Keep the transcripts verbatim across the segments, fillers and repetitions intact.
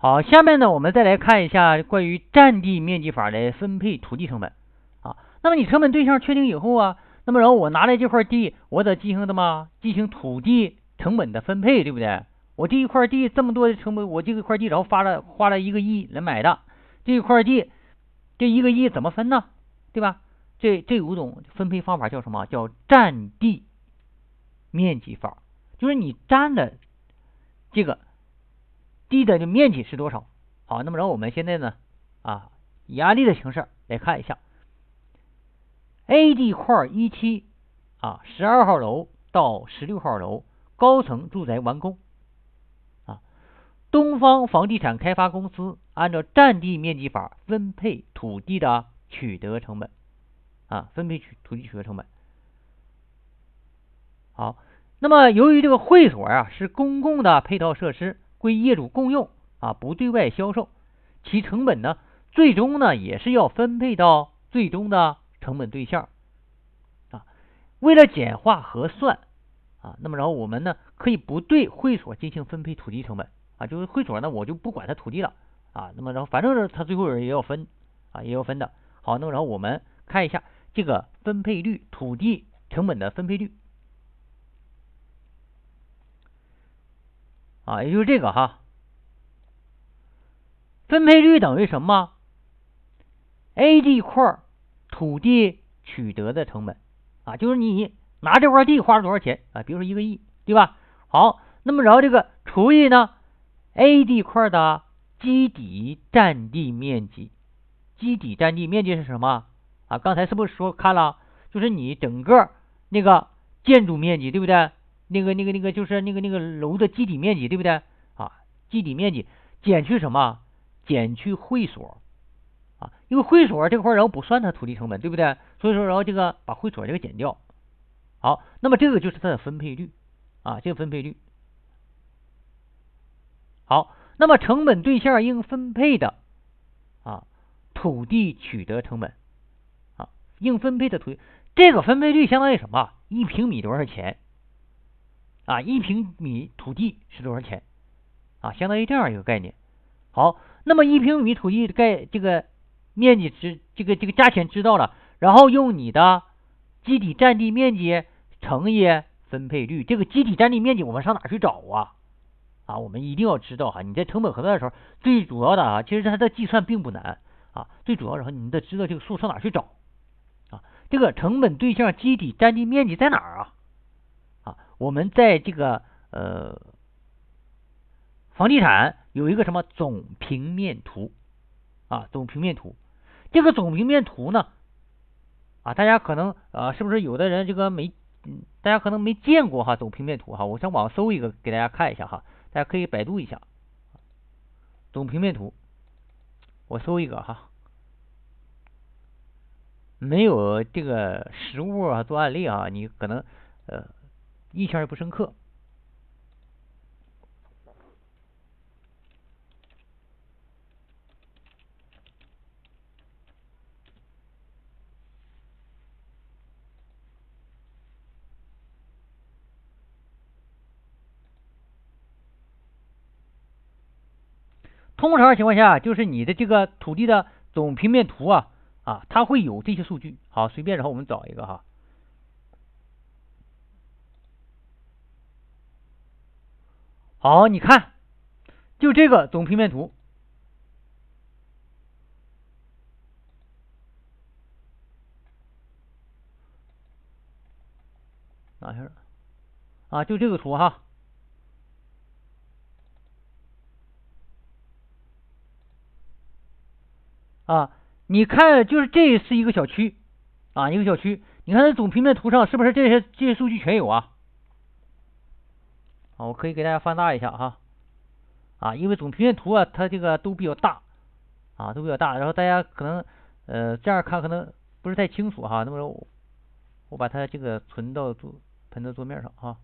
好，下面呢，我们再来看一下关于占地面积法来分配土地成本啊。那么你成本对象确定以后啊，那么然后我拿来这块地，我得进行什么？进行土地成本的分配，对不对？我这一块地这么多的成本，我这一块地然后花了花了一个亿来买的，这一块地这一个亿怎么分呢？对吧？这这五种分配方法叫什么？叫占地面积法，就是你占的这个地的面积是多少？好，那么然后我们现在呢啊，以案例的形式来看一下 A 地块一期啊，十二号楼到十六号楼高层住宅完工啊，东方房地产开发公司按照占地面积法分配土地的取得成本啊，分配取土地取得成本。好，那么由于这个会所啊是公共的配套设施，归业主共用啊，不对外销售，其成本呢，最终呢也是要分配到最终的成本对象啊。为了简化核算啊，那么然后我们呢可以不对会所进行分配土地成本啊，就是会所呢我就不管它土地了啊，那么然后反正是它最后也要分啊，也要分的。好，那么然后我们看一下这个分配率，土地成本的分配率啊，也就是这个哈，分配率等于什么 ？A 地块土地取得的成本啊，就是你拿这块地花了多少钱啊？比如说一个亿，对吧？好，那么然后这个除以呢 A 地块的基底占地面积，基底占地面积是什么啊？刚才是不是说看了？就是你整个那个建筑面积，对不对？那个那个那个就是那个那个楼的基底面积，对不对啊？基底面积减去什么？减去会所啊，因为会所这块然后不算它土地成本，对不对？所以说然后这个把会所这个减掉。好，那么这个就是它的分配率啊，这个分配率。好，那么成本对象应分配的啊土地取得成本啊应分配的土地，这个分配率相当于什么？一平米多少钱啊？一平米土地是多少钱啊？相当于这样一个概念。好，那么一平米土地概这个面积知这个这个价钱知道了，然后用你的基底占地面积乘以分配率，这个基底占地面积我们上哪去找啊？啊，我们一定要知道哈，你在成本核算的时候，最主要的啊，其实它的计算并不难啊，最主要的你得知道这个数上哪去找啊？这个成本对象基底占地面积在哪儿啊？啊，我们在这个呃房地产有一个什么总平面图啊，总平面图，这个总平面图呢啊，大家可能啊是不是有的人这个没，嗯，大家可能没见过哈总平面图哈，我上网搜一个给大家看一下哈，大家可以百度一下总平面图，我搜一个哈，没有这个实物啊做案例啊，你可能呃印象也不深刻。通常情况下，就是你的这个土地的总平面图啊啊，它会有这些数据。好，随便然后我们找一个哈。好，你看，就这个总平面图哪去了啊？就这个图哈啊，你看，就是这是一个小区啊，一个小区，你看它总平面图上是不是这些这些数据全有啊？啊，我可以给大家放大一下哈啊，因为总平面图啊，它这个都比较大啊，都比较大，然后大家可能呃这样看可能不是太清楚哈，那么我我把它这个存到桌存到桌面上哈。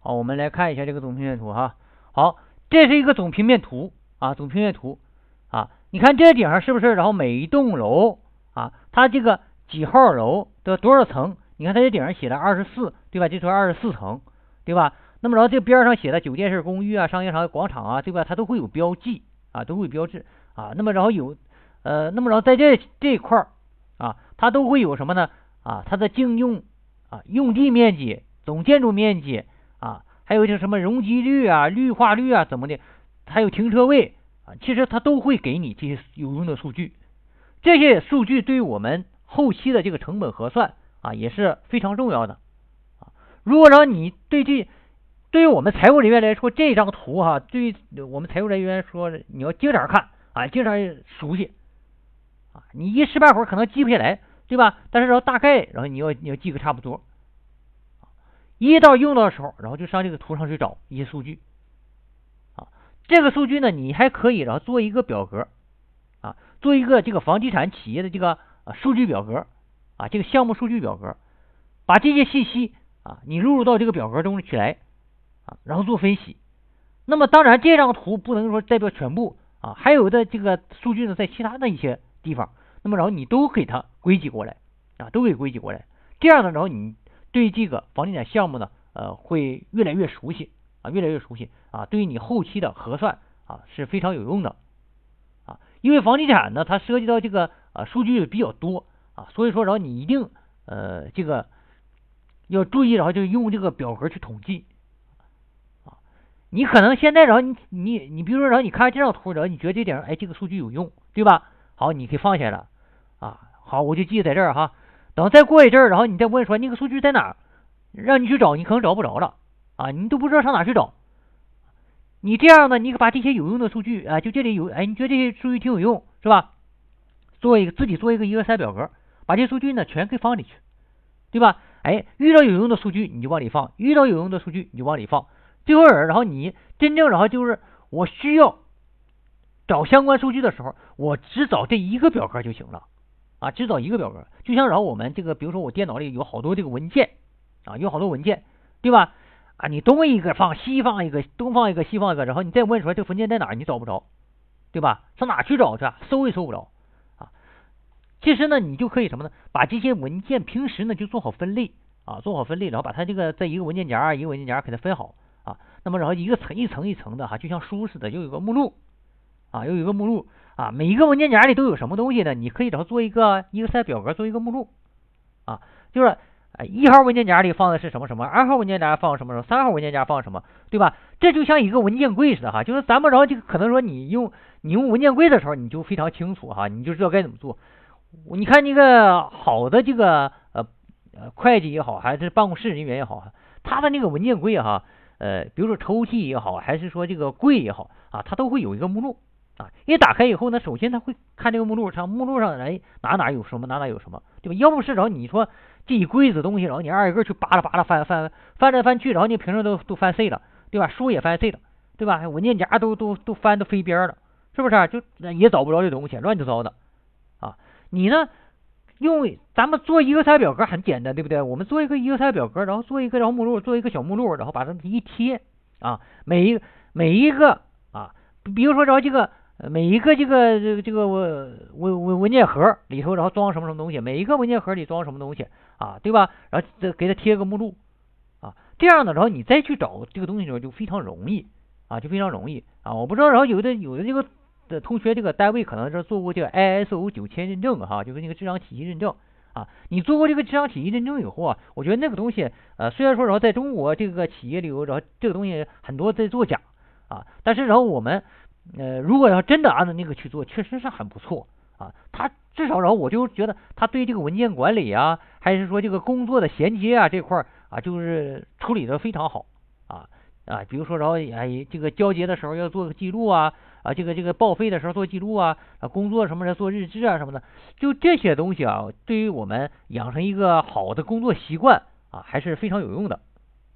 好，我们来看一下这个总平面图哈。好，这是一个总平面图啊，总平面图啊，你看这顶上是不是？然后每一栋楼啊，它这个几号楼的多少层？你看它这顶上写了二十四，对吧？这说二十四层，对吧？那么然后这边上写的酒店式公寓啊、商业场、广场啊，对吧？它都会有标记啊，都会有标志啊。那么然后有呃，那么然后在这这一块儿啊，它都会有什么呢？啊，它的净用啊用地面积、总建筑面积啊，还有这什么容积率啊、绿化率啊怎么的，还有停车位啊，其实它都会给你这些有用的数据。这些数据对于我们后期的这个成本核算啊也是非常重要的啊。如果说你对这对于我们财务人员来说，这张图哈、啊，对于我们财务人员说，你要经常看啊，经常熟悉啊，你一时半会儿可能记不下来，对吧？但是然后大概，然后你要你要记个差不多，一到用到的时候，然后就上这个图上去找一些数据啊。这个数据呢，你还可以然后做一个表格啊，做一个这个房地产企业的这个啊数据表格啊，这个项目数据表格，把这些信息啊你录入到这个表格中去来啊，然后做分析。那么当然这张图不能说代表全部啊，还有的这个数据呢在其他的一些地方，那么然后你都给它归集过来啊，都给归集过来，这样呢，然后你对这个房地产项目呢，呃，会越来越熟悉啊，越来越熟悉啊，对于你后期的核算啊是非常有用的啊，因为房地产呢它涉及到这个啊数据比较多啊，所以说然后你一定呃这个要注意，然后就用这个表格去统计。你可能现在，然后你你你，比如说，然后你看这张图，然后你觉得这点，哎，这个数据有用，对吧？好，你可以放下了啊。好，我就记在这儿哈。等再过一阵儿，然后你再问说那个数据在哪儿，让你去找，你可能找不着了啊，你都不知道上哪去找。你这样呢，你把这些有用的数据啊，就这里有，哎，你觉得这些数据挺有用，是吧？做一个自己做一个 Excel 表格，把这些数据呢全给放里去，对吧？哎，遇到有用的数据你就往里放，遇到有用的数据你就往里放。最后，然后你真正然后就是我需要找相关数据的时候，我只找这一个表格就行了啊，只找一个表格。就像然后我们这个，比如说我电脑里有好多这个文件啊，有好多文件，对吧？啊，你东一个放，西放一个，东放一个，西放一个，然后你再问说这文件在哪儿，你找不着，对吧？上哪去找去？搜也搜不着啊。其实呢，你就可以什么呢？把这些文件平时呢就做好分类啊，做好分类，然后把它这个在一个文件夹一个文件夹给它分好。啊，那么然后一个层一层一层的哈，就像书似的，又有个目录啊，又有个目录啊，每一个文件夹里都有什么东西呢？你可以找做一个 Excel 表格，做一个目录啊，就是一号文件夹里放的是什么什么，二号文件夹放什么什么，三号文件夹放什么，对吧？这就像一个文件柜似的哈，就是咱们然后这个可能说你用你用文件柜的时候，你就非常清楚哈，你就知道该怎么做。你看那个好的这个呃呃会计也好，还是办公室人员也好，他的那个文件柜哈。呃，比如说抽屉也好，还是说这个柜也好啊，它都会有一个目录啊。一打开以后呢，首先他会看这个目录上，目录上来哪哪有什么，哪哪有什么，对吧？要不是然后你说这一柜子东西，然后你二一个去扒拉扒拉翻翻翻来翻去，然后你平时都都翻碎了，对吧？书也翻碎了，对吧？文件夹都都都翻都飞边了，是不是？就也找不着这东西，乱七八糟的啊。你呢？用咱们做一个Excel表格很简单，对不对？我们做一个Excel表格，然后做一个然后目录，做一个小目录，然后把它一贴啊，每一每一个啊，比如说然后这个每一个这个这个这个文文文件盒里头，然后装什么什么东西，每一个文件盒里装什么东西啊，对吧？然后再给它贴个目录啊，这样的，然后你再去找这个东西的时候就非常容易啊，就非常容易啊。我不知道，然后有的有的这个。的同学，这个单位可能是做过这个 I S O 九千认证哈，就是那个智商体系认证啊。你做过这个智商体系认证以后啊，我觉得那个东西呃，虽然说然后在中国这个企业里头，然后这个东西很多在作假啊，但是然后我们呃，如果要真的按照那个去做，确实是很不错啊。他至少然后我就觉得他对这个文件管理啊，还是说这个工作的衔接啊这块啊，就是处理的非常好啊啊，比如说然后哎这个交接的时候要做个记录啊。啊，这个这个报废的时候做记录啊，啊，工作什么的做日志啊什么的，就这些东西啊，对于我们养成一个好的工作习惯啊，还是非常有用的。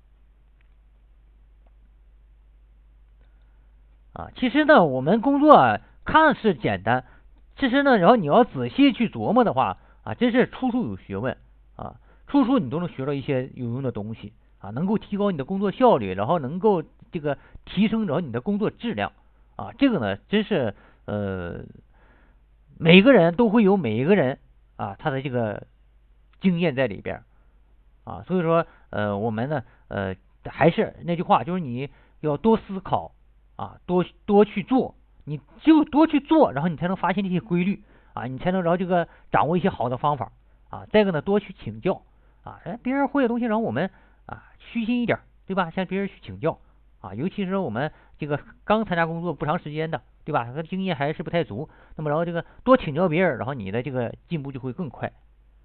啊，其实呢，我们工作啊看似简单，其实呢，然后你要仔细去琢磨的话啊，真是处处有学问啊，处处你都能学到一些有用的东西啊，能够提高你的工作效率，然后能够这个提升着你的工作质量啊，这个呢，真是呃，每个人都会有每一个人啊他的这个经验在里边啊，所以说呃，我们呢呃还是那句话，就是你要多思考啊，多多去做，你就多去做，然后你才能发现这些规律啊，你才能然后这个掌握一些好的方法啊。再一个呢，多去请教啊，哎，别人会的东西，然后我们啊虚心一点，对吧？向别人去请教啊，尤其是我们这个刚参加工作不长时间的，对吧？他经验还是不太足，那么然后这个多请教别人，然后你的这个进步就会更快。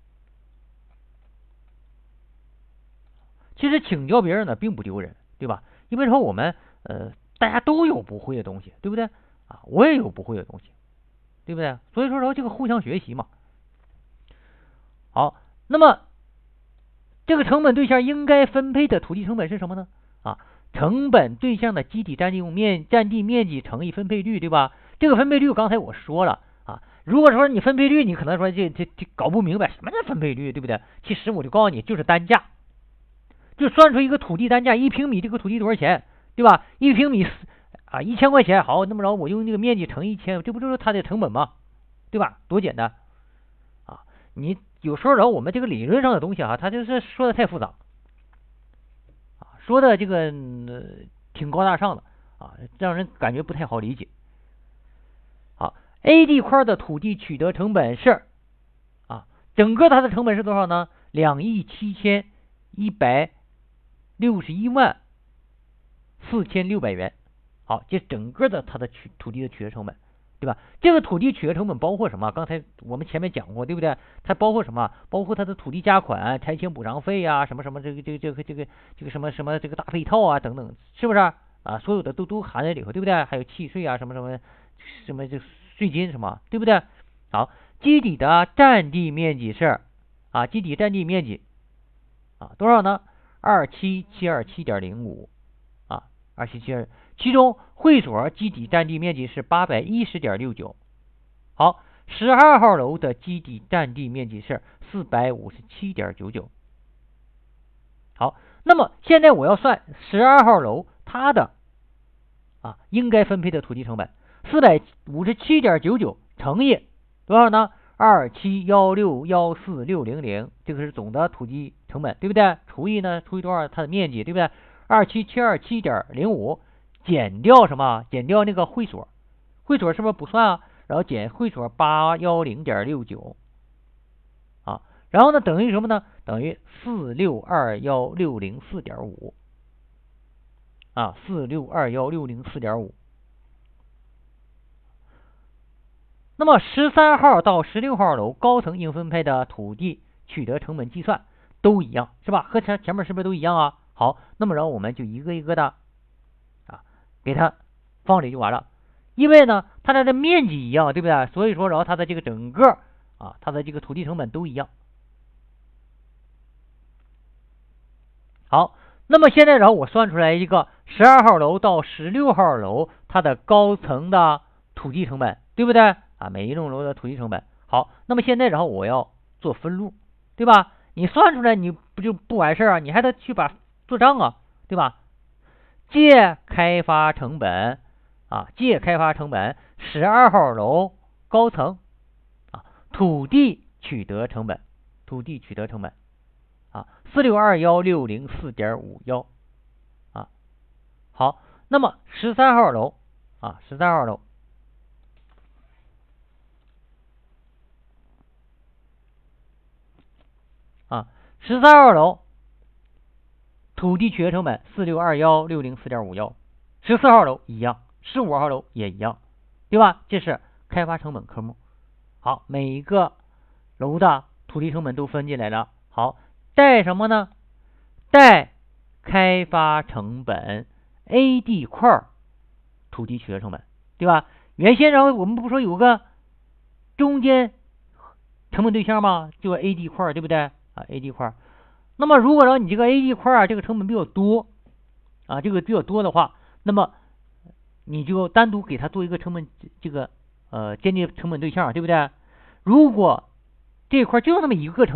其实请教别人呢并不丢人，对吧？因为说我们呃大家都有不会的东西，对不对啊？我也有不会的东西，对不对？所以说然后这个互相学习嘛。好，那么这个成本对象应该分配的土地成本是什么呢？啊，成本对象的基体占地用面占地面积乘以分配率，对吧？这个分配率刚才我说了啊，如果说你分配率，你可能说这这这搞不明白什么叫分配率，对不对？其实我就告诉你，就是单价。就算出一个土地单价，一平米这个土地多少钱，对吧？一平米啊一千块钱，好，那么着我用这个面积乘一千，这不就是它的成本吗？对吧？多简单啊！你有时候然后我们这个理论上的东西啊，它就是说的太复杂啊，说的这个、呃、挺高大上的啊，让人感觉不太好理解。好 ，A 地块的土地取得成本是啊，整个它的成本是多少呢？两亿七千一百。六十一万四千六百元，好，这整个的它的取土地的取得成本，对吧？这个土地取得成本包括什么？刚才我们前面讲过，对不对？它包括什么？包括它的土地加款、拆迁补偿费啊，什么什么这个这个这个这个这个什么什么这个大配套啊等等，是不是啊？所有的都都含在里头，对不对？还有契税啊，什么什么什么这税金什么，对不对？好，基底的占地面积是啊，基底占地面积啊多少呢？二七七二七点零五啊，二七七二，其中会所基底占地面积是八百一十点六九。好，十二号楼的基底占地面积是四百五十七点九九。好，那么现在我要算十二号楼它的啊应该分配的土地成本，四百五十七点九九乘以多少呢？二七幺六幺四六零零，这个是总的土地成本，对不对？除以呢，除以多少？它的面积，对不对？二七七二七点零五减掉什么？减掉那个会所，会所是不是不算啊？然后减会所八幺零点六九啊，然后呢等于什么呢？等于四六二幺六零四点五啊，四六二幺六零四点五。那么十三号到十六号楼高层应分配的土地取得成本计算都一样，是吧？和前前面是不是都一样啊？好，那么然后我们就一个一个的啊给它放里就完了。因为呢它的面积一样，对不对？所以说然后它的这个整个啊它的这个土地成本都一样。好，那么现在然后我算出来一个十二号楼到十六号楼它的高层的土地成本，对不对？啊，每一栋楼的土地成本。好，那么现在然后我要做分录，对吧？你算出来你不就不完事儿啊？你还得去把做账啊，对吧？借开发成本啊，借开发成本十二号楼高层啊，土地取得成本，土地取得成本啊，四六二幺六零四点五幺啊。好，那么十三号楼啊，十三号楼。啊，十三号楼土地取得成本四六二幺六零四点五幺，十四号楼一样，十五号楼也一样，对吧？这是开发成本科目。好，每一个楼的土地成本都分进来了。好，带什么呢？带开发成本 A 地块土地取得成本，对吧？原先然后我们不说有个中间成本对象吗？就 A 地块，对不对？啊 ，A 地块，那么如果说你这个 A 地块啊，这个成本比较多啊，这个比较多的话，那么你就单独给它做一个成本这个呃间接成本对象，对不对？如果这块就那么一个成本，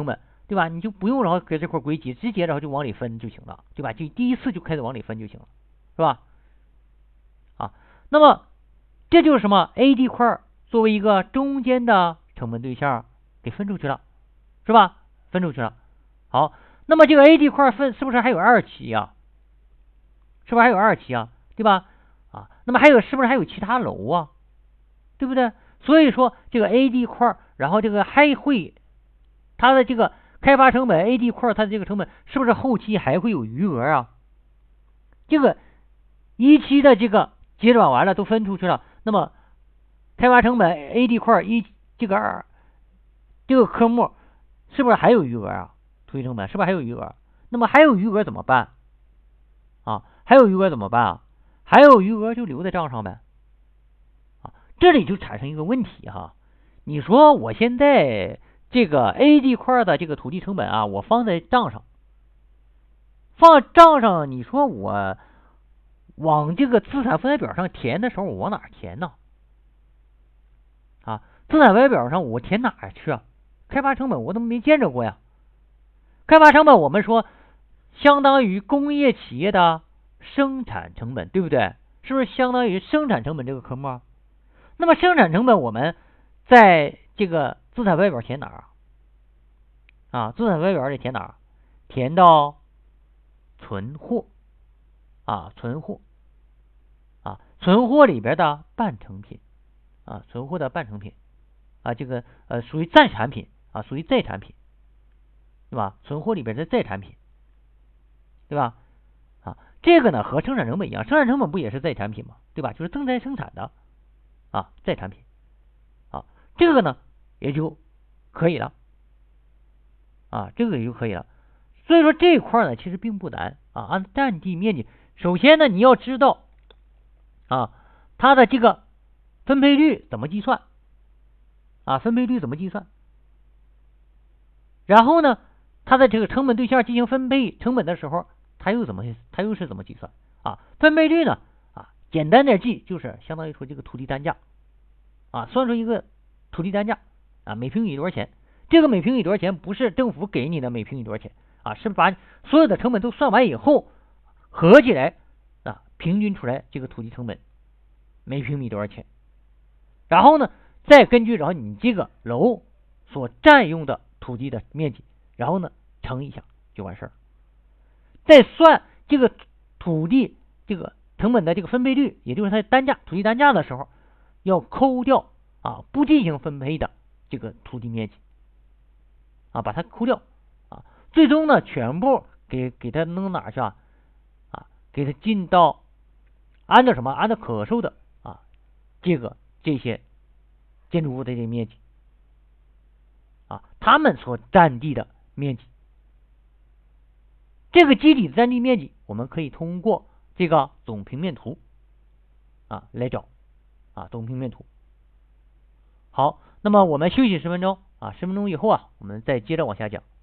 对吧？你就不用然后搁这块归集，直接然后就往里分就行了，对吧？就第一次就开始往里分就行了，是吧？啊，那么这就是什么 A D 块作为一个中间的成本对象给分出去了，是吧？分出去了。好，那么这个 A D 块分是不是还有二期呀？是不是还有二期啊？对吧？啊，那么还有是不是还有其他楼啊？对不对？所以说这个 A D 块，然后这个还会它的这个开发成本 A D 块，它的这个成本是不是后期还会有余额啊？这个一期的这个结转完了都分出去了，那么开发成本 A D 块一这个二这个科目是不是还有余额啊？土地成本是不是还有余额？那么还有余额怎么办啊？还有余额怎么办啊？还有余额就留在账上呗。啊，这里就产生一个问题哈，你说我现在这个 A D 块的这个土地成本啊，我放在账上，放账上，你说我往这个资产负债表上填的时候，我往哪填呢？啊，资产负债表上我填哪去啊？开发成本我都没见着过呀。开发成本我们说相当于工业企业的生产成本，对不对？是不是相当于生产成本这个科目啊？那么生产成本我们在这个资产负债表填哪儿啊？资产负债表里填哪儿？填到存货啊，存货啊，存货里边的半成品啊，存货的半成品啊，这个呃属于再产品啊，属于再产品，对吧？存货里边的再产品，对吧？啊，这个呢和生产成本一样，生产成本不也是再产品吗？对吧？就是正在生产的啊，再产品啊，这个呢也就可以了啊，这个也就可以了。所以说这一块呢其实并不难啊，按占地面积，首先呢你要知道啊它的这个分配率怎么计算啊，分配率怎么计算？然后呢，它的这个成本对象进行分配成本的时候，它又怎么它又是怎么计算啊？分配率呢啊，简单点记就是相当于说这个土地单价啊，算出一个土地单价啊，每平米多少钱？这个每平米多少钱不是政府给你的每平米多少钱啊，是把所有的成本都算完以后合起来啊，平均出来这个土地成本每平米多少钱？然后呢，再根据然后你这个楼所占用的土地的面积，然后呢乘一下就完事儿。再算这个土地这个成本的这个分配率，也就是它的单价土地单价的时候，要抠掉啊不进行分配的这个土地面积啊，把它抠掉啊，最终呢全部给给它弄哪去啊？啊，给它进到按照什么？按照可售的啊这个这些建筑物的这个面积啊，它们所占地的面积。这个基底占地面积，我们可以通过这个总平面图啊来找啊总平面图。好，那么我们休息十分钟啊，十分钟以后啊，我们再接着往下讲。